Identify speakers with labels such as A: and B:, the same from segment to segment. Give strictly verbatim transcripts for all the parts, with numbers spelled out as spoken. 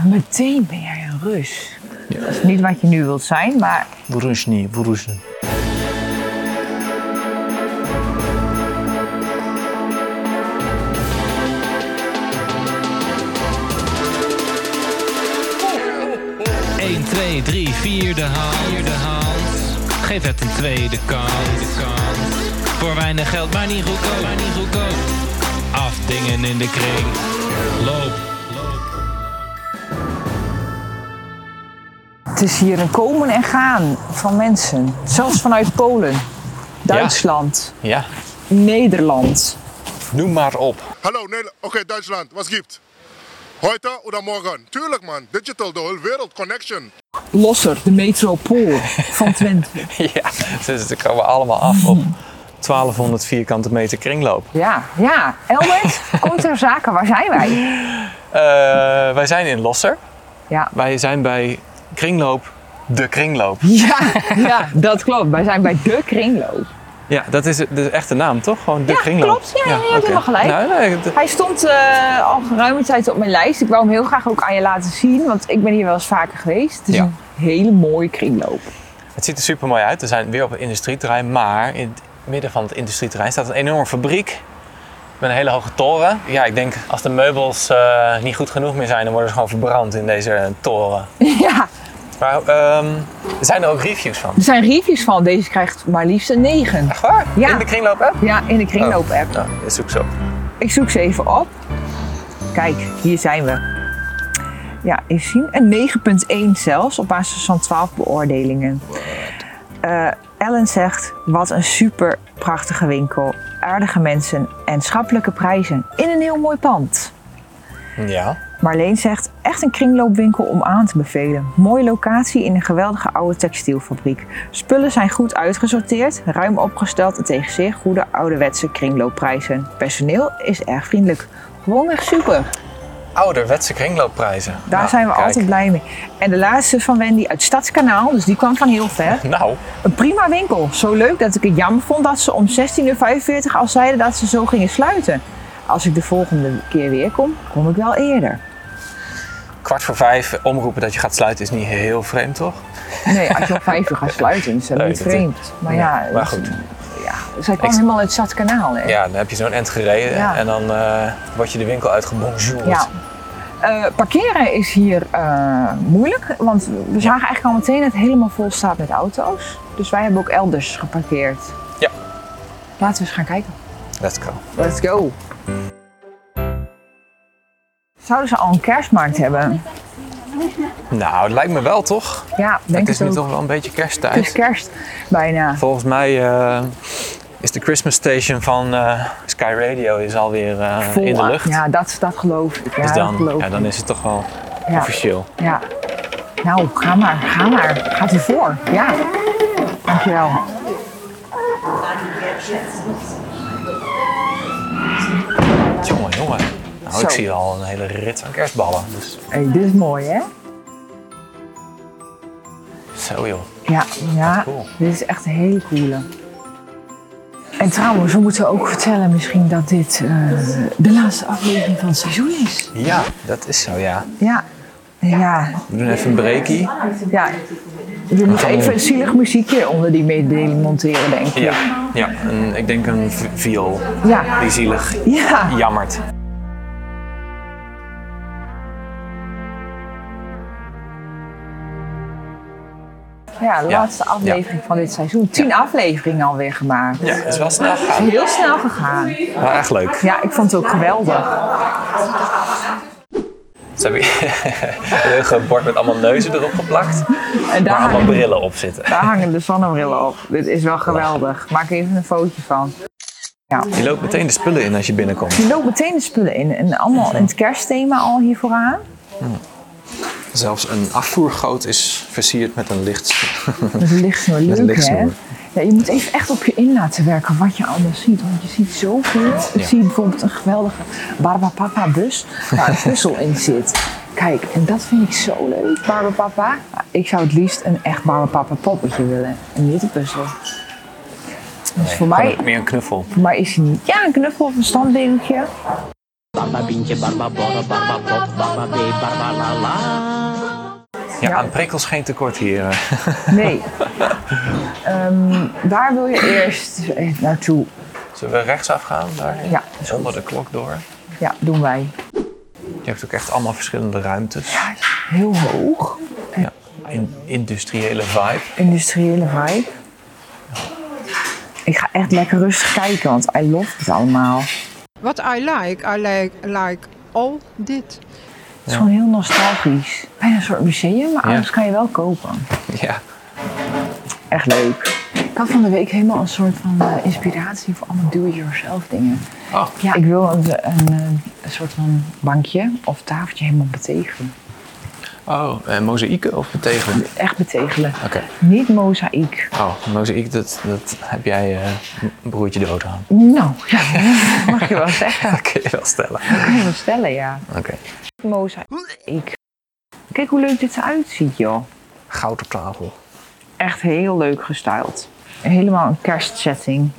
A: Meteen ben jij een Rus. Ja. Dat is niet wat je nu wilt zijn, maar...
B: Vruzhny, Vruzhny.
C: één, twee, drie, vierde hand. Vierde hand. Geef het een tweede kans. kans. Voor weinig geld, maar niet goedkoop. Maar niet goedkoop. Afdingen in de kring. Loop.
A: Het is hier een komen en gaan van mensen. Zelfs vanuit Polen, Duitsland,
B: Ja. Ja.
A: Nederland.
B: Noem maar op.
D: Hallo Nederland. Oké, okay, Duitsland. Wat gibt? Heute oder morgen? Tuurlijk man. Digital, de hele wereld. Connection.
A: Losser, de metropool van Twente.
B: Ja, dus ze komen allemaal af op twaalfhonderd vierkante meter kringloop.
A: Ja, ja. Elbert, komt ter zake. Waar zijn wij?
B: Uh, wij zijn in Losser.
A: Ja.
B: Wij zijn bij Kringloop, de Kringloop.
A: Ja, ja, dat klopt. Wij zijn bij de Kringloop.
B: Ja, dat is de echte naam, toch? Gewoon de
A: ja,
B: Kringloop.
A: Klopt. Ja, ja, je hebt helemaal gelijk.
B: Nou, nee, de...
A: Hij stond uh, al geruime tijd op mijn lijst. Ik wou hem heel graag ook aan je laten zien, want ik ben hier wel eens vaker geweest. Het is ja. een hele mooie kringloop.
B: Het ziet er super mooi uit. We zijn weer op een industrieterrein, maar in het midden van het industrieterrein staat een enorme fabriek. Met een hele hoge toren. Ja, ik denk als de meubels uh, niet goed genoeg meer zijn, dan worden ze gewoon verbrand in deze toren.
A: Ja.
B: Maar um, zijn er ook reviews van?
A: Er zijn reviews van. Deze krijgt maar liefst een negen.
B: Echt waar?
A: Ja.
B: In de Kringloop-app?
A: Ja, in de Kringloop-app.
B: Oh, nou, dat zoek zo.
A: Ik zoek ze even op. Kijk, hier zijn we. Ja, even zien. Een negen komma één zelfs, op basis van twaalf beoordelingen. Uh, Ellen zegt, wat een super prachtige winkel. Aardige mensen en schappelijke prijzen in een heel mooi pand.
B: Ja.
A: Marleen zegt, echt een kringloopwinkel om aan te bevelen. Mooie locatie in een geweldige oude textielfabriek. Spullen zijn goed uitgesorteerd, ruim opgesteld en tegen zeer goede ouderwetse kringloopprijzen. Personeel is erg vriendelijk. Gewoon echt super.
B: Ouderwetse kringloopprijzen.
A: Daar
B: nou,
A: zijn we
B: kijk.
A: altijd blij mee. En de laatste van Wendy uit Stadskanaal, dus die kwam van heel ver.
B: Nou.
A: Een prima winkel. Zo leuk dat ik het jammer vond dat ze om zestien uur vijfenveertig al zeiden dat ze zo gingen sluiten. Als ik de volgende keer weer kom, kom ik wel eerder.
B: Kwart voor vijf omroepen dat je gaat sluiten is niet heel vreemd, toch?
A: Nee, als je om vijf uur gaat sluiten is dat
B: nee,
A: niet
B: dat
A: vreemd. Maar ja,
B: ja maar goed.
A: Ja, zij kwam
B: ik...
A: helemaal uit het Stadskanaal. Hè?
B: Ja, dan heb je zo'n end gereden ja. en dan uh, word je de winkel uitgebonjourd.
A: Ja. Uh, parkeren is hier uh, moeilijk, want we zagen eigenlijk al meteen dat het helemaal vol staat met auto's. Dus wij hebben ook elders geparkeerd.
B: Ja.
A: Laten we eens gaan kijken.
B: Let's go.
A: Let's go. Zouden ze al een kerstmarkt hebben?
B: Nou, het lijkt me wel, toch?
A: Ja, denk
B: het is
A: het
B: nu
A: ook.
B: toch wel een beetje kersttijd.
A: Het is kerst, bijna.
B: Volgens mij uh, is de Christmas Station van uh, Sky Radio is alweer uh,
A: Vol,
B: in de lucht.
A: Ja, dat, dat geloof ik. Ja,
B: dus dan,
A: geloof
B: ja, dan is het toch wel ja. officieel.
A: Ja. Nou, ga maar, ga maar. Gaat u voor. Ja. Dankjewel.
B: Jongen, jongen. Nou,
A: Zo.
B: ik zie al een hele rit aan kerstballen. Dus...
A: Hey, dit is mooi, hè?
B: Zo joh.
A: Ja, ja.
B: Cool.
A: Dit is echt een hele coole. En trouwens, we moeten ook vertellen misschien dat dit uh, de laatste aflevering van het seizoen is.
B: Ja, dat is zo, ja.
A: Ja. Ja.
B: We doen even een breakie.
A: Ja. Je moet even een zielig muziekje onder die mededeling monteren, denk ik.
B: Ja, ja. Een, ik denk een viool.
A: Ja.
B: Die zielig
A: ja.
B: jammert.
A: Ja, de
B: ja.
A: laatste aflevering ja. van dit seizoen. Tien ja. afleveringen alweer gemaakt.
B: Ja, het is wel snel gegaan.
A: Heel snel gegaan.
B: Wel echt leuk.
A: Ja, ik vond het ook geweldig.
B: Zo heb je een heel groot bord met allemaal neuzen erop geplakt. En daar waar allemaal hangen, brillen op zitten.
A: Daar hangen de zonnebrillen op. Dit is wel geweldig. Maak even een fotootje van. Ja.
B: Je loopt meteen de spullen in als je binnenkomt.
A: Je loopt meteen de spullen in. En allemaal in het kerstthema al hier vooraan.
B: Hmm. Zelfs een afvoergoot is versierd met een lichtsnoer.
A: Met een lichtsnoer, leuk een lichtsnoer. Hè? Ja, je moet even echt op je in laten werken wat je allemaal ziet. Want je ziet zoveel. Ja. Ik zie bijvoorbeeld een geweldige Barbapapa bus waar een puzzel in zit. Kijk, en dat vind ik zo leuk. Barbapapa. Ik zou het liefst een echt Barbapapa poppetje willen. En niet een puzzel. Dus
B: nee,
A: voor mij...
B: meer een knuffel.
A: Voor mij is hij niet... Ja, een knuffel of een standbeeldje.
E: Barba Bientje, Barba Borre, Barba Pop, Barba B, Barba Lala.
B: Ja,
A: Ja.
B: aan prikkels geen tekort hier.
A: Nee. um, waar wil je eerst naartoe?
B: Zullen we rechtsaf gaan? Daar?
A: Ja,
B: Onder de klok door.
A: ja, doen wij.
B: Je hebt ook echt allemaal verschillende ruimtes.
A: Ja, heel hoog.
B: Ja. In, industriële vibe.
A: Industriële vibe. Ik ga echt lekker rustig kijken, want I love het allemaal.
F: What I like, I like, like all dit.
A: Het is gewoon heel nostalgisch. Bijna een soort museum, maar
B: Ja.
A: alles kan je wel kopen.
B: Ja.
A: Echt leuk. Ik had van de week helemaal een soort van uh, inspiratie voor allemaal do-it-yourself dingen.
B: Oh.
A: Ja, ik wil een, een, een soort van bankje of tafeltje helemaal betegelen.
B: Oh, eh, mozaïeken of betegelen?
A: Echt betegelen.
B: Oké.
A: Niet mozaïek.
B: Oh, mozaïek, dat, dat heb jij uh, een broertje dood aan.
A: Nou, ja, dat mag je wel zeggen.
B: Dat kun je wel stellen.
A: Dat kan je wel stellen, ja.
B: Oké.
A: Mozaïek. Kijk hoe leuk dit eruit ziet, joh.
B: Goud op tafel.
A: Echt heel leuk gestyled. Helemaal een kerstsetting.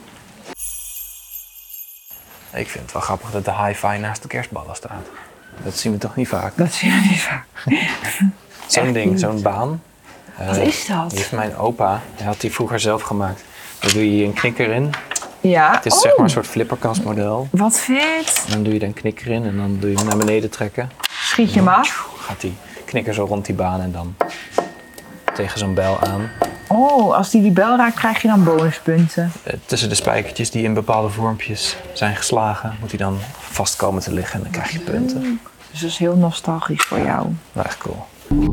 B: Ik vind het wel grappig dat de hi-fi naast de kerstballen staat. Dat zien we toch niet vaak?
A: Dat zie je niet vaak.
B: Zo'n
A: Echt
B: ding,
A: niet.
B: zo'n baan.
A: Wat
B: Uh,
A: is dat?
B: Die heeft mijn opa, hij had die vroeger zelf gemaakt. Daar doe je hier een knikker in.
A: Ja.
B: Het is
A: oh,
B: zeg maar een soort flipperkastmodel.
A: wat vet.
B: En dan doe je er een knikker in en dan doe je hem naar beneden trekken.
A: Schiet je hem af?
B: Gaat die knikker zo rond die baan en dan tegen zo'n bel aan.
A: Oh, als die die bel raakt, krijg je dan bonuspunten.
B: Uh, tussen de spijkertjes die in bepaalde vormpjes zijn geslagen, moet hij dan vast komen te liggen en dan krijg je punten.
A: Dus dat is heel nostalgisch voor jou.
B: Nou, echt cool.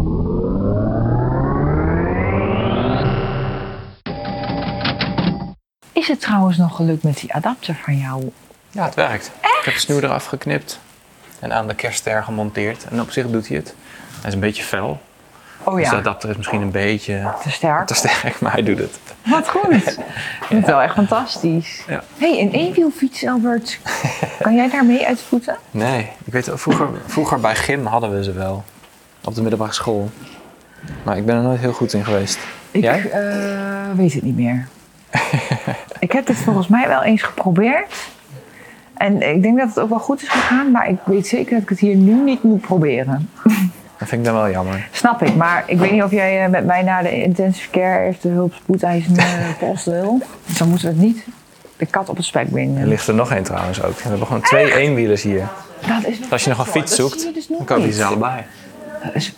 A: Is het trouwens nog gelukt met die adapter van jou?
B: Ja, het werkt. Ik heb de snoer eraf geknipt en aan de kerstster gemonteerd. En op zich doet hij het. Hij is een beetje fel.
A: Oh
B: Dus de
A: ja,
B: adapter is misschien een beetje
A: te sterk.
B: te sterk, maar hij doet het.
A: Wat goed. Dat is wel echt fantastisch.
B: Ja.
A: Hé, hey, een eenwielfiets, Albert. Kan jij daarmee uit de voeten?
B: Nee, ik weet wel, vroeger, vroeger bij gym hadden we ze wel. Op de middelbare school. Maar ik ben er nooit heel goed in geweest.
A: Ik
B: Jij?
A: eh, weet het niet meer. Ik heb dit volgens mij wel eens geprobeerd. En ik denk dat het ook wel goed is gegaan, maar ik weet zeker dat ik het hier nu niet moet proberen.
B: Dat vind ik dan wel jammer.
A: Snap ik, maar ik weet niet of jij eh, met mij naar de intensive care eerste hulp spoedeisende post wil. Dus dan moeten we het niet de kat op het spek
B: Er
A: binden.
B: ligt er nog één trouwens ook. We hebben gewoon twee eenwielers hier.
A: Dat is nog
B: Als je nog een
A: zo.
B: fiets
A: Dat
B: zoekt,
A: zie je dus
B: dan
A: nog
B: koop je
A: niet.
B: ze allebei.
A: Dat is-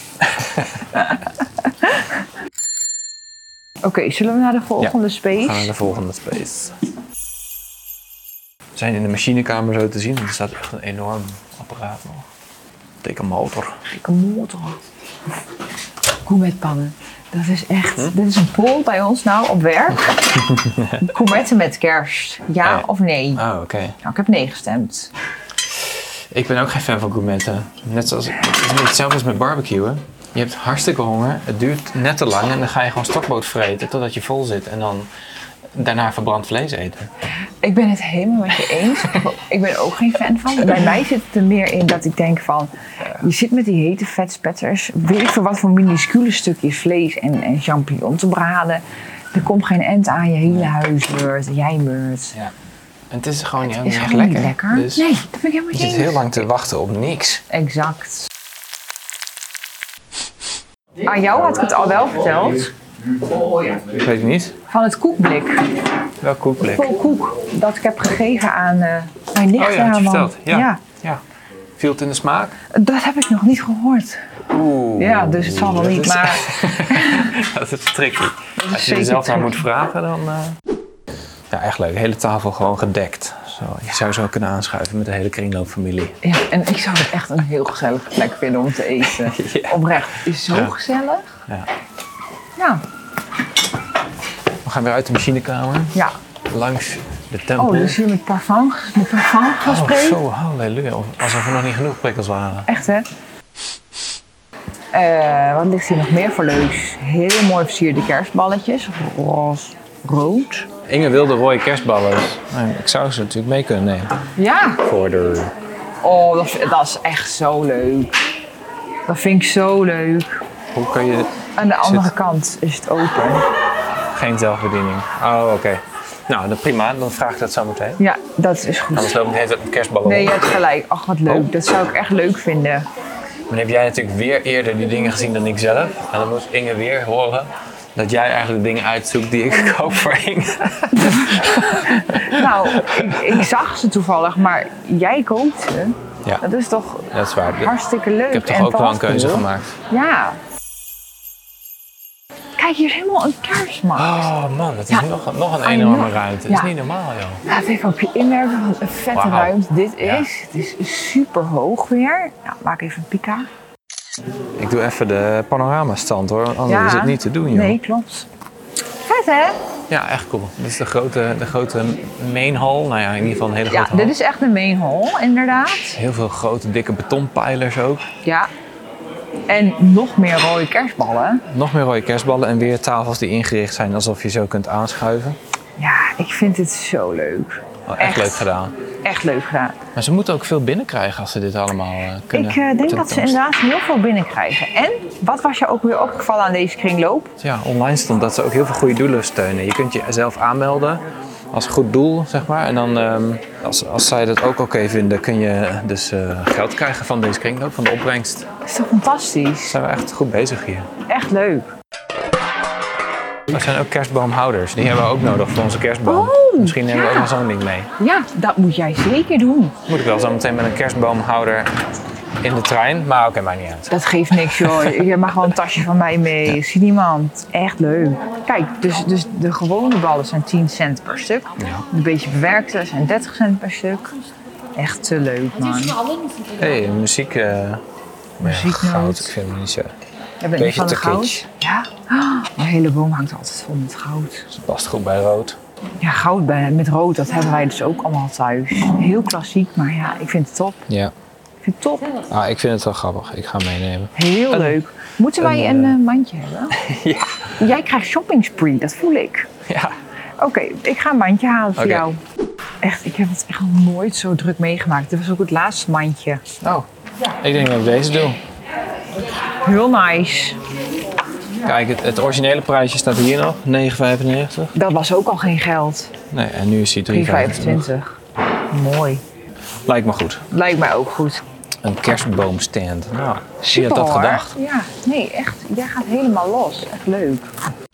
A: Oké, zullen we naar de volgende
B: We gaan naar
A: space?
B: de volgende space. We zijn in de machinekamer zo te zien. Er staat echt een enorm apparaat nog. Dikke motor.
A: Dikke motor. Gourmetpannen. Dat is echt... Dit is een poll bij ons nou op werk. Gourmetten met kerst. Ja
B: Oh.
A: of nee?
B: Oh, oké.
A: Nou, ik heb nee gestemd.
B: Ik ben ook geen fan van gourmetten. Net zoals, het is niet hetzelfde als met barbecuen. Je hebt hartstikke honger, het duurt net te lang en dan ga je gewoon stokbrood vreten totdat je vol zit en dan daarna verbrand vlees eten.
A: Ik ben het helemaal met je eens. Ik ben er ook geen fan van. Bij mij zit het er meer in dat ik denk van... Je zit met die hete vetspetters. Weet ik veel wat voor minuscule stukjes vlees en, en champignon te braden. Er komt geen end aan, je hele huisbeurt, jijbeurt.
B: Ja. En het is gewoon
A: Het
B: niet
A: is
B: echt
A: gewoon
B: lekker.
A: niet lekker.
B: Dus
A: Nee, dat ben ik helemaal
B: je
A: met je
B: zit
A: eens.
B: heel lang te wachten op niks.
A: Exact. Aan jou had ik het al wel verteld.
B: Ik weet het niet.
A: Van het koekblik.
B: Welk koekblik?
A: Vol koek. Dat ik heb gegeven aan uh, mijn nicht.
B: Oh ja, had je
A: Herman.
B: verteld. Ja.
A: ja.
B: Ja. Viel het in de smaak?
A: Dat heb ik nog niet gehoord.
B: Oeh.
A: Ja, dus het zal wel
B: dat
A: niet,
B: is-
A: maar...
B: dat is tricky.
A: is
B: Als je er
A: zeker
B: zelf naar moet
A: tricky.
B: vragen, dan... uh, Ja, echt leuk. De hele tafel gewoon gedekt. Zo, je zou zo kunnen aanschuiven met de hele kringloopfamilie.
A: Ja, en ik zou het echt een heel gezellige plek vinden om te eten.
B: Ja.
A: Oprecht. Het is zo
B: Ja.
A: gezellig.
B: Ja.
A: Ja.
B: We gaan weer uit de machinekamer.
A: Ja.
B: Langs de tempel.
A: Oh, dus hier met parfum, met parfum
B: Oh,
A: gespreid.
B: zo, halleluja. Alsof er nog niet genoeg prikkels waren.
A: Echt, hè? Eh, wat ligt hier nog meer voor leuks? Heel mooi versierde kerstballetjes. Roze, rood.
B: Inge wilde rode kerstballen. Maar ik zou ze natuurlijk mee kunnen nemen.
A: Ja.
B: Voor de...
A: Oh, dat, is- dat is echt zo leuk. Dat vind ik zo leuk.
B: Hoe kan je...
A: Aan de andere
B: Zit-
A: kant is het open.
B: Geen zelfbediening. Oh, oké. Nou, dat prima. Dan vraag ik dat zo meteen.
A: Ja, dat is goed.
B: Anders loop ik de hele tijd met kerstballen
A: Nee, je
B: rond.
A: hebt gelijk. Ach, wat leuk.
B: Oh.
A: Dat zou ik echt leuk vinden.
B: Dan heb jij natuurlijk weer eerder die dingen gezien dan ik zelf. En dan moet Inge weer horen dat jij eigenlijk de dingen uitzoekt die ik koop voor Inge.
A: Nou, ik, ik zag ze toevallig, maar jij koopt ze.
B: Ja,
A: Dat is toch
B: dat is waar.
A: hartstikke leuk.
B: Ik heb toch
A: en
B: ook wel een keuze
A: thoughtful.
B: gemaakt.
A: Ja. Kijk, hier is helemaal een kerstmarkt.
B: Oh man, dat is
A: Ja.
B: nog, nog een
A: I
B: enorme
A: know.
B: ruimte. Dat is
A: Ja.
B: niet normaal, joh.
A: Laat even op je inwerken wat een vette
B: Wauw.
A: ruimte dit
B: Ja.
A: is. Het is super hoog weer. Nou, maak even een pika.
B: Ik doe even de panoramastand hoor, want anders
A: Ja.
B: is het niet te doen, joh.
A: Nee, klopt. Vet, hè?
B: Ja, echt cool. Dit is de grote, de grote main hall. Nou ja, in ieder geval een hele
A: Ja,
B: grote hall.
A: dit is echt een main hall, inderdaad.
B: Heel veel grote, dikke betonpijlers ook.
A: Ja. En nog meer rode kerstballen.
B: Nog meer rode kerstballen en weer tafels die ingericht zijn alsof je zo kunt aanschuiven.
A: Ja, ik vind dit zo leuk.
B: Oh, echt,
A: Echt.
B: leuk gedaan.
A: Echt leuk gedaan.
B: Maar ze moeten ook veel binnenkrijgen als ze dit allemaal uh, kunnen.
A: Ik eh, denk dat ze
B: tentoonstellen.
A: inderdaad heel veel binnenkrijgen. En wat was je ook weer opgevallen aan deze kringloop?
B: Ja, online stond dat ze ook heel veel goede doelen steunen. Je kunt jezelf aanmelden als goed doel, zeg maar. En dan, ehm, als, als zij dat ook oké vinden, kun je dus eh, geld krijgen van deze kringloop, van de opbrengst.
A: Dat is toch fantastisch?
B: Zijn we echt goed bezig hier.
A: Echt leuk.
B: Er zijn ook kerstboomhouders. Die hebben we ook nodig voor onze kerstboom.
A: Oh,
B: Misschien nemen we
A: ja.
B: ook nog zo'n ding mee.
A: Ja, dat moet jij zeker doen.
B: Moet ik wel zo meteen met een kerstboomhouder in de trein. Maar oké, maakt niet uit.
A: Dat geeft niks, joh. Je mag wel een tasje van mij mee. Ik zie niemand. Echt leuk. Kijk, dus, dus de gewone ballen zijn tien cent per stuk. De beetje bewerkte zijn dertig cent per stuk. Echt te leuk, man.
B: Hé, hey, muziek. eh
A: Muzieknoot.
B: goud. Ik vind het niet zo.
A: Jij bent niet
B: Beetje
A: van de
B: te
A: goud?
B: kitsch.
A: Ja. Oh, mijn hele boom hangt altijd vol met goud.
B: Het past goed bij rood.
A: Ja, goud bij, met rood, dat hebben wij dus ook allemaal thuis. Heel klassiek, maar ja, ik vind het top.
B: Ja.
A: Ik vind het top.
B: Ah, ik vind het wel grappig. Ik ga hem meenemen.
A: Heel
B: Een-
A: leuk. Moeten wij
B: een,
A: een
B: eh,
A: eh, mandje hebben?
B: Ja.
A: Jij krijgt shopping spree, dat voel ik.
B: Ja.
A: Oké, ik ga een mandje halen voor
B: Oké.
A: jou. Echt, ik heb het echt nog nooit zo druk meegemaakt. Dit was ook het laatste mandje.
B: Oh. Ik denk dat ik deze doe.
A: Heel nice.
B: Kijk, het, het originele prijsje staat hier nog. negen vijfennegentig.
A: Dat was ook al geen geld.
B: Nee, en nu is hij
A: drie
B: drie vijfentwintig.
A: vijfentwintig. Mooi.
B: Lijkt me goed.
A: Lijkt mij ook goed.
B: Een kerstboomstand. Nou, wie
A: Super
B: had dat
A: hoor.
B: gedacht?
A: Ja, nee, echt. Jij gaat helemaal los. Echt leuk.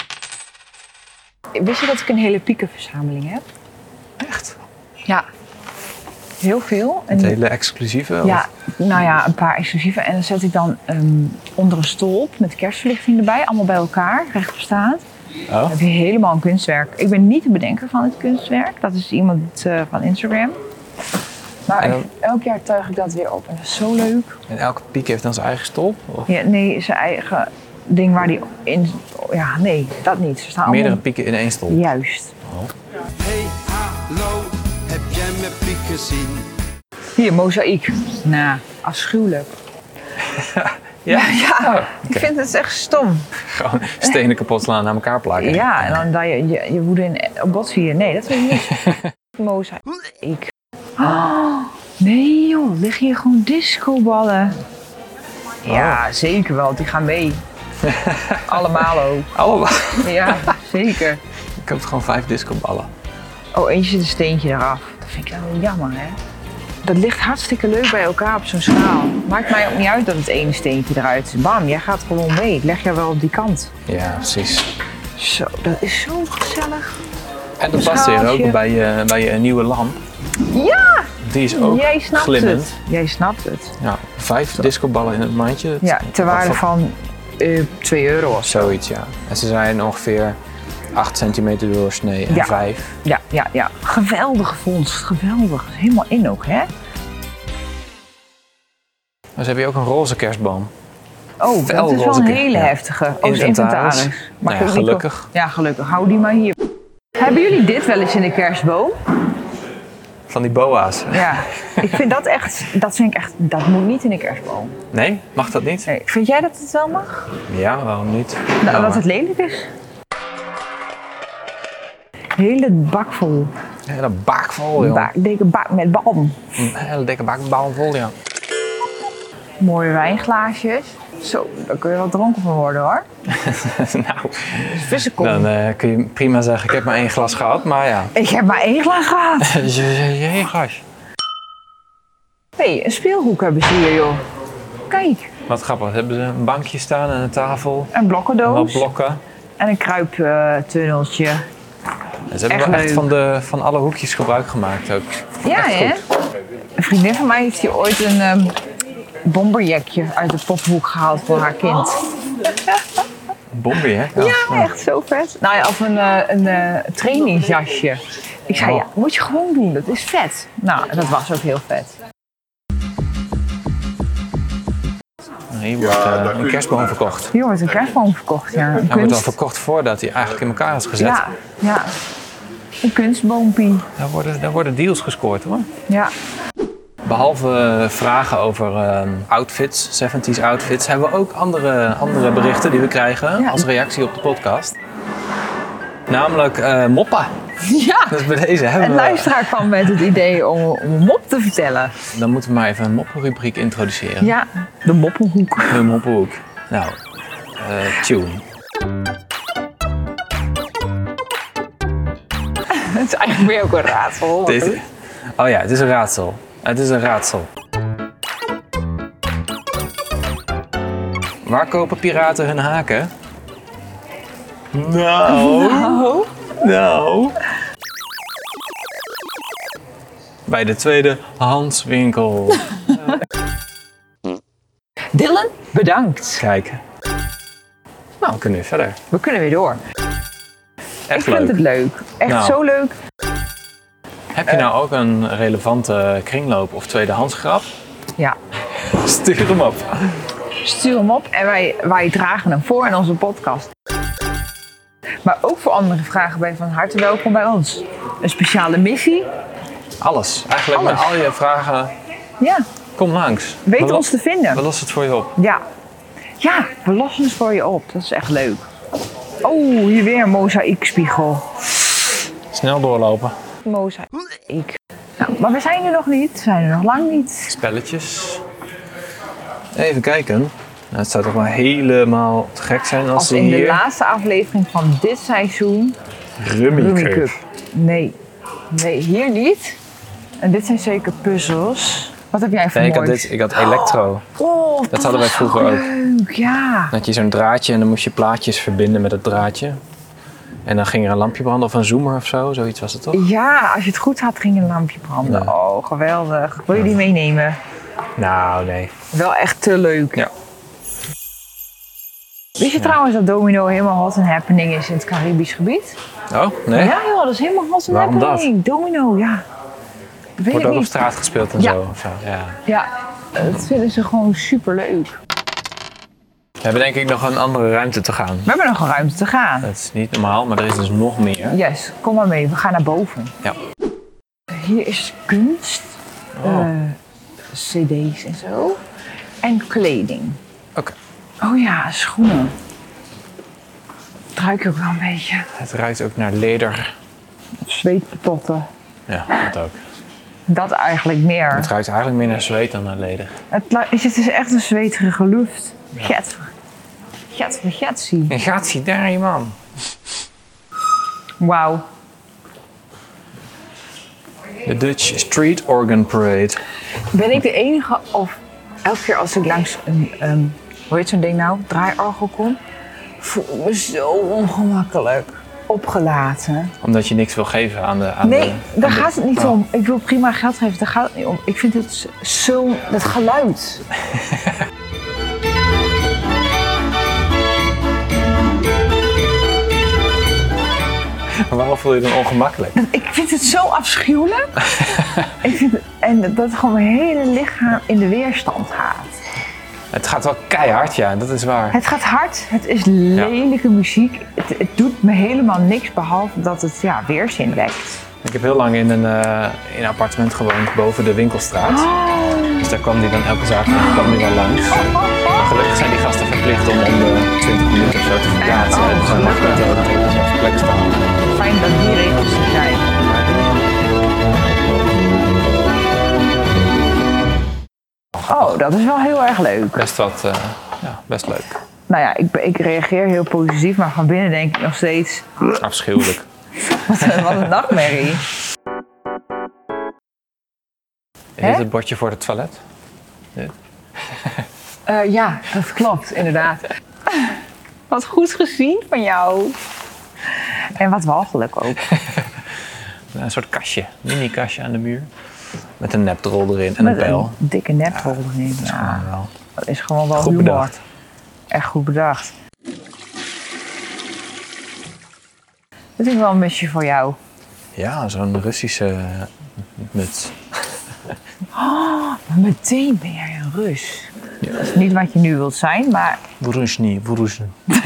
A: Wist je dat ik een hele piekenverzameling heb?
B: Echt?
A: Ja. Heel veel. En
B: Het hele exclusieve?
A: ja,
B: Of?
A: nou ja, een paar exclusieve. En dan zet ik dan ehm, onder een stolp met kerstverlichting erbij. Allemaal bij elkaar, rechtop staand.
B: Oh.
A: Dan heb je helemaal een kunstwerk. Ik ben niet de bedenker van het kunstwerk. Dat is iemand eh, van Instagram. Maar
B: En dan-
A: ik- elk jaar tuig ik dat weer op. En dat is zo leuk.
B: En elke piek heeft dan zijn eigen stolp? Of
A: Ja, nee, zijn eigen ding waar die in... Ja, nee, dat niet. Ze staan
B: meerdere
A: allemaal...
B: pieken in één stolp?
A: Juist.
G: Hey, hallo, heb jij mijn piek gezien?
A: Hier, mozaïek. Nou, afschuwelijk.
B: Ja?
A: Ja,
B: Oh,
A: ik vind het echt stom.
B: Gewoon stenen kapot slaan en aan elkaar plakken.
A: Ja, en dan dat je, je, je woede in een bot vieren. Nee, dat wil je niet. Mozaïek. Oh, nee joh, liggen hier gewoon discoballen. Ja, zeker wel. Die gaan mee. Allemaal ook.
B: Allemaal.
A: Ja, zeker.
B: Ik koop gewoon vijf discoballen.
A: Oh, eentje zit een steentje eraf. Dat vind ik dan wel jammer, hè? Dat ligt hartstikke leuk bij elkaar op zo'n schaal. Maakt mij ook niet uit dat het ene steentje eruit is. Bam, jij gaat gewoon mee. Ik leg jou wel op die kant.
B: Ja, precies.
A: Zo, dat is zo gezellig.
B: En dat
A: Een
B: past weer
A: schaaltje.
B: ook bij je, bij je nieuwe lamp.
A: Ja,
B: Die is ook
A: jij snapt
B: glimmend.
A: het. Jij snapt het.
B: Ja, vijf discoballen in het mandje. Dat-
A: Ja, ter waarde
B: wat-
A: van eh twee euro of zo.
B: Zoiets, ja. En ze zijn ongeveer acht centimeter doorsnee en
A: Ja.
B: vijf.
A: Ja, ja, ja. Geweldige vondst. Geweldig. Helemaal in ook, hè?
B: Dus heb je ook een roze kerstboom.
A: Oh, dat is wel
B: Felroze
A: een
B: keer-
A: hele
B: ja.
A: heftige. Oh, is
B: Inventaris.
A: inventaris.
B: Nou ja,
A: ik ook niet
B: gelukkig.
A: ko- Ja, gelukkig. Hou die maar hier. Hebben jullie dit wel eens in de kerstboom?
B: Van die boa's.
A: Ja. Ik vind dat echt, dat vind ik echt, dat moet niet in de kerstboom.
B: Nee? Mag dat niet?
A: Nee. Vind jij dat het wel mag?
B: Ja, waarom niet?
A: Nou,
B: Nou,
A: dat het lelijk is? Hele bak vol.
B: Een hele bak vol, joh.
A: Bak, dikke bak met balm.
B: Een hele dikke bak bal vol, ja.
A: Mooie wijnglaasjes. Zo, daar kun je wel dronken van worden hoor.
B: Nou,
A: Vissenkom.
B: dan uh, kun je prima zeggen, ik heb maar één glas gehad, maar ja.
A: Ik heb maar één glas gehad.
B: Eén glas.
A: Hé, hey, een speelhoek hebben ze hier joh. Kijk.
B: Wat grappig, hebben ze een bankje staan en een tafel.
A: Een blokkendoos.
B: Wat blokken.
A: En een kruiptunneltje.
B: Uh, ze hebben
A: echt
B: wel echt
A: leuk.
B: van, de, van alle hoekjes gebruik gemaakt ook.
A: Ja,
B: echt
A: hè?
B: goed.
A: Een vriendin van mij heeft hier ooit een um, bomberjekje uit de pophoek gehaald voor haar kind.
B: Bomber, hè?
A: Ja, echt zo vet. Nou ja, of een, uh, een uh, trainingsjasje. Ik zei,
B: Oh.
A: ja, moet je gewoon doen, dat is vet. Nou, dat was ook heel vet.
B: Hier wordt uh, een kerstboom verkocht.
A: Hier wordt een kerstboom verkocht, ja. Een
B: Hij wordt al
A: kunst...
B: verkocht voordat hij eigenlijk in elkaar is gezet.
A: Ja, ja. Een kunstboompie.
B: Daar, worden, daar worden deals gescoord hoor.
A: Ja.
B: Behalve vragen over uh, outfits, zeventies outfits, hebben we ook andere, andere berichten die we krijgen
A: Ja.
B: als reactie op de podcast. Namelijk uh, moppen.
A: Ja.
B: Dus bij deze hebben
A: Een
B: we...
A: luisteraar kwam met het idee om, om een mop te vertellen.
B: Dan moeten we maar even een moppenrubriek introduceren.
A: Ja, de moppenhoek.
B: Een moppenhoek. Nou, uh, tune.
A: Het is eigenlijk meer ook een raadsel.
B: Dit, oh ja, het is een raadsel. Het is een raadsel. Waar kopen piraten hun haken? Nou.
A: Nou.
B: Nou. Bij de tweede handswinkel.
A: Dylan, bedankt.
B: Kijk. Nou, we kunnen weer verder.
A: We kunnen weer door.
B: Echt
A: Ik vind
B: leuk.
A: het leuk. Echt
B: Nou.
A: zo leuk.
B: Heb je nou ook een relevante kringloop of tweedehandsgrap?
A: Ja.
B: Stuur hem op.
A: Stuur hem op en wij, wij dragen hem voor in onze podcast. Maar ook voor andere vragen ben je van harte welkom bij ons. Een speciale missie.
B: Alles. Eigenlijk
A: Alles.
B: met al je vragen.
A: Ja,
B: Kom langs.
A: weet
B: We
A: ons te
B: We
A: vinden.
B: lossen het voor je op.
A: Ja. Ja, we lossen het voor je op. Dat is echt leuk. Oh, hier weer een mozaïekspiegel.
B: Snel doorlopen.
A: Mozaïek. Nou, maar we zijn er nog niet. We zijn er nog lang niet.
B: Spelletjes. Even kijken. Nou, het zou toch wel helemaal te gek zijn als,
A: Als
B: ze
A: in de
B: hier...
A: laatste aflevering van dit seizoen
B: Rummy
A: Rummy
B: Cup.
A: Cup. Nee. Nee, hier niet. En dit zijn zeker puzzels. Wat heb jij voor
B: Nee, ik had,
A: moois?
B: dit, ik had Electro.
A: Oh, dat,
B: hadden wij
A: was
B: vroeger
A: zo
B: ook.
A: leuk, ja.
B: Dan had je zo'n draadje en dan moest je plaatjes verbinden met het draadje. En dan ging er een lampje branden of een zoomer of zo. Zoiets was het toch?
A: Ja, als je het goed had, ging een lampje branden.
B: Ja.
A: Oh, geweldig. Wil je die meenemen?
B: Nou, nee.
A: Wel echt te leuk.
B: Ja.
A: Wist je trouwens dat domino helemaal hot and happening is in het Caribisch gebied?
B: Oh, nee?
A: Ja joh, dat is helemaal hot and
B: Waarom dat?
A: happening. Domino, ja. Dat weet
B: Wordt
A: ik
B: ook op
A: niet.
B: straat gespeeld en
A: Ja.
B: zo. Of zo. Ja.
A: Ja, dat vinden ze gewoon super leuk.
B: We hebben denk ik nog een andere ruimte te gaan.
A: We hebben nog een ruimte te gaan.
B: Dat is niet normaal, maar er is dus nog meer.
A: Yes, kom maar mee. We gaan naar boven.
B: Ja.
A: Hier is kunst,
B: Oh.
A: eh, cd's en zo. En kleding.
B: Oké.
A: Oh ja, schoenen. Het ruikt ook wel een beetje.
B: Het ruikt ook naar leder.
A: Zweetpatotten.
B: Ja, dat ook.
A: Dat eigenlijk meer.
B: Het ruikt eigenlijk meer naar zweet dan naar leder.
A: Het, lu- het is echt een zweterige lucht. Get. Get voor getsie.
B: En gaat hij daar, man?
A: Wauw.
B: De Dutch Street Organ Parade.
A: Ben ik de enige of elke keer als ik langs een, um, hoe heet zo'n ding nou, draaiorgel kom, voel ik me zo ongemakkelijk. Opgelaten.
B: Omdat je niks wil geven aan de... Aan
A: Nee,
B: de,
A: daar
B: aan de-
A: gaat het niet
B: Oh.
A: om. Ik wil prima geld geven, daar gaat het niet om. Ik vind het zo, dat geluid.
B: Waarom voel je je dan ongemakkelijk?
A: Ik vind het zo afschuwelijk. ik vind het, en dat gewoon mijn hele lichaam in de weerstand gaat.
B: Het gaat wel keihard, ja, dat is waar.
A: Het gaat hard, het is lelijke muziek. Het, het doet me helemaal niks behalve dat het ja, weerzin wekt.
B: Ik heb heel lang in een, eh, in een appartement gewoond boven de winkelstraat. Dus daar kwam die dan elke zaterdag kwam die wel langs. Maar gelukkig zijn die gasten verplicht om om de twintig minuten of zo te verplaatsen.
A: Oh,
B: dus dan mag
A: gelukkig.
B: niet altijd op dezelfde plek staan.
A: Fijn dat die regels er zijn. Oh, dat is wel heel erg leuk.
B: Best wat, uh, ja, best leuk.
A: Nou ja, ik, ik reageer heel positief, maar van binnen denk ik nog steeds...
B: Afschuwelijk.
A: Wat een, wat een nachtmerrie.
B: Is dit het bordje voor het toilet? Dit?
A: Uh, ja, dat klopt, inderdaad. Wat goed gezien van jou. En wat walgelijk ook.
B: Een soort kastje, mini-kastje aan de muur. Met een nepdrol erin en
A: Met
B: een pijl.
A: een dikke nepdrol
B: ja,
A: erin.
B: Dat is,
A: ja.
B: wel
A: dat is gewoon wel
B: goed
A: humor.
B: bedacht.
A: Echt goed bedacht. Dat is wel een mutsje voor jou.
B: Ja, zo'n Russische muts.
A: Oh, maar meteen ben jij een Rus. Ja. Dat is niet wat je nu wilt zijn, maar...
B: Voeruzhny, Voeruzhny.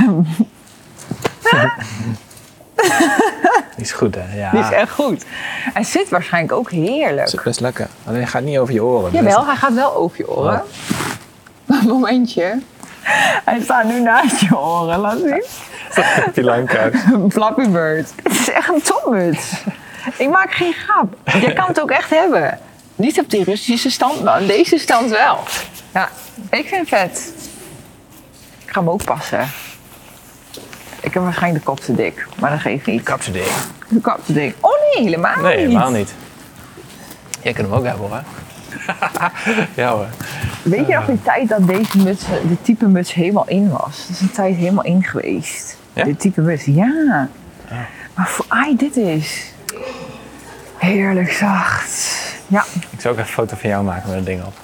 B: Die is goed, hè? Ja.
A: Die is echt goed. Hij zit waarschijnlijk ook heerlijk.
B: Dat is best lekker. Alleen hij gaat niet over je oren.
A: Jawel,
B: best...
A: hij gaat wel over je oren. Oh. Momentje. Hij staat nu naast je oren, laat zien.
B: Pilanka.
A: Flappy Bird. Het is echt een topmuts. Ik maak geen grap. Je kan het ook echt hebben. Niet op die Russische stand, maar aan deze stand wel. Ja, ik vind het vet. Ik ga hem ook passen. Ik heb waarschijnlijk de kop te dik, maar dat geeft niet.
B: Kap te dik.
A: De kop te dik. Oh nee, helemaal
B: nee,
A: niet.
B: Nee, helemaal niet. Jij kunt hem ook hebben, hoor. Ja, hoor.
A: Weet je nog die tijd dat deze muts, dit type muts helemaal in was? Dat is een tijd helemaal in geweest.
B: Ja?
A: Dit type muts, ja. Oh. Maar voor ai, dit is heerlijk zacht. Ja.
B: Ik zou ook even een foto van jou maken met dat ding op.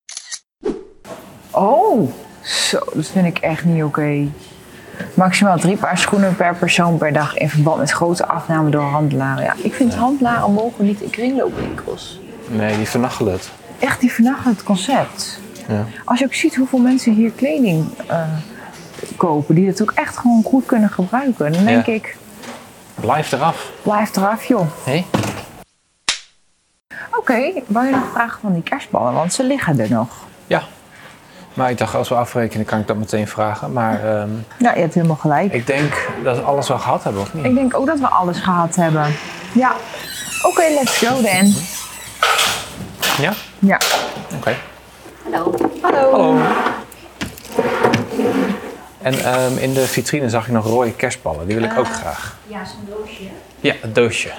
A: Oh, zo, dat vind ik echt niet oké. Okay. Maximaal drie paar schoenen per persoon per dag in verband met grote afname door handelaren. Ja, ik vind ja. handelaren mogen niet in kringloopwinkels.
B: Nee, die vernachelen het.
A: Echt, die vernachelen het concept.
B: Ja.
A: Als je ook ziet hoeveel mensen hier kleding uh, kopen, die het ook echt gewoon goed kunnen gebruiken, dan denk ja. ik...
B: Blijf eraf.
A: Blijf eraf, joh.
B: Hé?
A: Oké, okay, wou je nog vragen van die kerstballen, want ze liggen er nog.
B: Ja. Maar ik dacht, als we afrekenen, kan ik dat meteen vragen. Maar um,
A: ja, je hebt helemaal gelijk.
B: Ik denk dat we alles wel gehad hebben, of niet?
A: Ik denk ook dat we alles gehad hebben. Ja. Oké, okay, let's go then.
B: Ja?
A: Ja.
B: Oké. Okay.
A: Hallo. Hallo.
B: Hallo. En um, in de vitrine zag ik nog rode kerstballen. Die wil ik uh, ook graag.
H: Ja, zo'n doosje.
B: Ja, het doosje.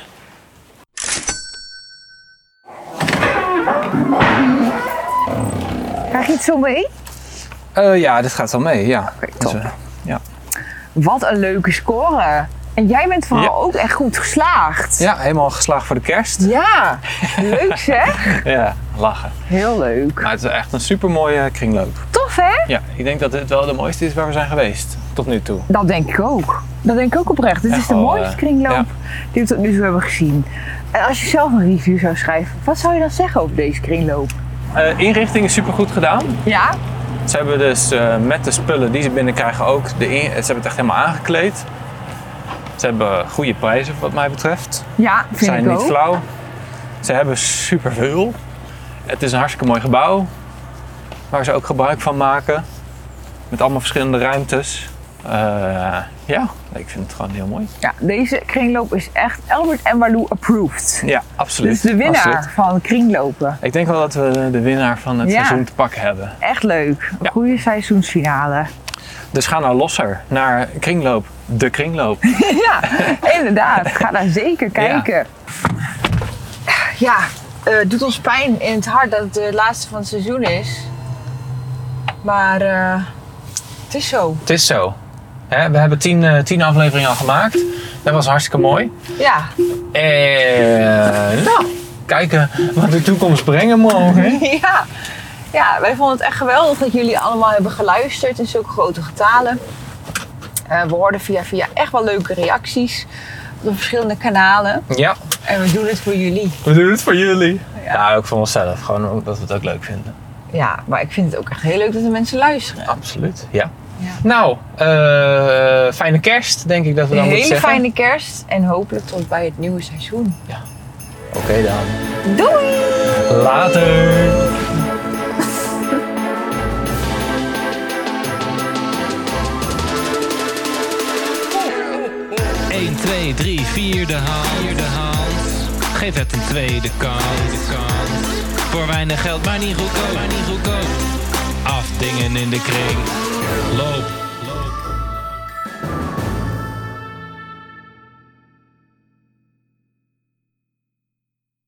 A: Krijg je het zo mee?
B: Uh, ja, dit gaat wel mee, ja.
A: Okay, top. Dus, uh,
B: ja.
A: Wat een leuke score. En jij bent vooral ja. ook echt goed geslaagd.
B: Ja, helemaal geslaagd voor de kerst.
A: Ja, leuk zeg.
B: Ja, lachen.
A: Heel leuk.
B: Maar het is echt een supermooie kringloop.
A: Tof hè?
B: Ja, ik denk dat dit wel de mooiste is waar we zijn geweest. Tot nu toe.
A: Dat denk ik ook. Dat denk ik ook oprecht. Dit echt is de mooiste uh, kringloop ja. die we tot nu toe hebben gezien. En als je zelf een review zou schrijven, wat zou je dan zeggen over deze kringloop?
B: Uh, inrichting is super goed gedaan.
A: Ja.
B: Ze hebben dus uh, met de spullen die ze binnenkrijgen ook, de in, ze hebben het echt helemaal aangekleed. Ze hebben goede prijzen wat mij betreft.
A: Ja, vind
B: Ze zijn
A: ik
B: niet
A: ook.
B: flauw. Ze hebben superveel. Het is een hartstikke mooi gebouw. Waar ze ook gebruik van maken. Met allemaal verschillende ruimtes. Uh, ja, ik vind het gewoon heel mooi.
A: Ja, deze kringloop is echt Albert en Malou approved.
B: Ja, absoluut.
A: Dus de winnaar
B: absoluut.
A: van kringlopen.
B: Ik denk wel dat we de winnaar van het ja. seizoen te pakken hebben.
A: Echt leuk. Een ja. goede seizoensfinale.
B: Dus ga naar Losser, naar Kringloop, de Kringloop.
A: Ja, inderdaad. Ga daar zeker kijken. Ja, ja uh, het doet ons pijn in het hart dat het de laatste van het seizoen is. Maar uh, het is zo.
B: Het is zo. He, we hebben tien, uh, tien afleveringen al gemaakt. Dat was hartstikke mooi.
A: Ja.
B: En nou, kijken wat de toekomst brengen mogen.
A: Ja. Ja, wij vonden het echt geweldig dat jullie allemaal hebben geluisterd in zulke grote getalen. Uh, we hoorden via via echt wel leuke reacties op de verschillende kanalen.
B: Ja.
A: En we doen het voor jullie.
B: We doen het voor jullie. Ja, ja ook voor onszelf. Gewoon omdat we het ook leuk vinden.
A: Ja, maar ik vind het ook echt heel leuk dat de mensen luisteren.
B: Absoluut, ja. ja. Nou, uh, fijne kerst denk ik dat we dan moeten zeggen.
A: Een hele fijne kerst en hopelijk tot bij het nieuwe seizoen.
B: Ja. Oké okay, dan.
A: Doei!
B: Later!
C: een, twee, drie, vierde hand. Vierde hand. Geef het een tweede kans. Voor weinig geld, maar niet goedkoop. Maar niet goedkoop. Afdingen in de kring. Loop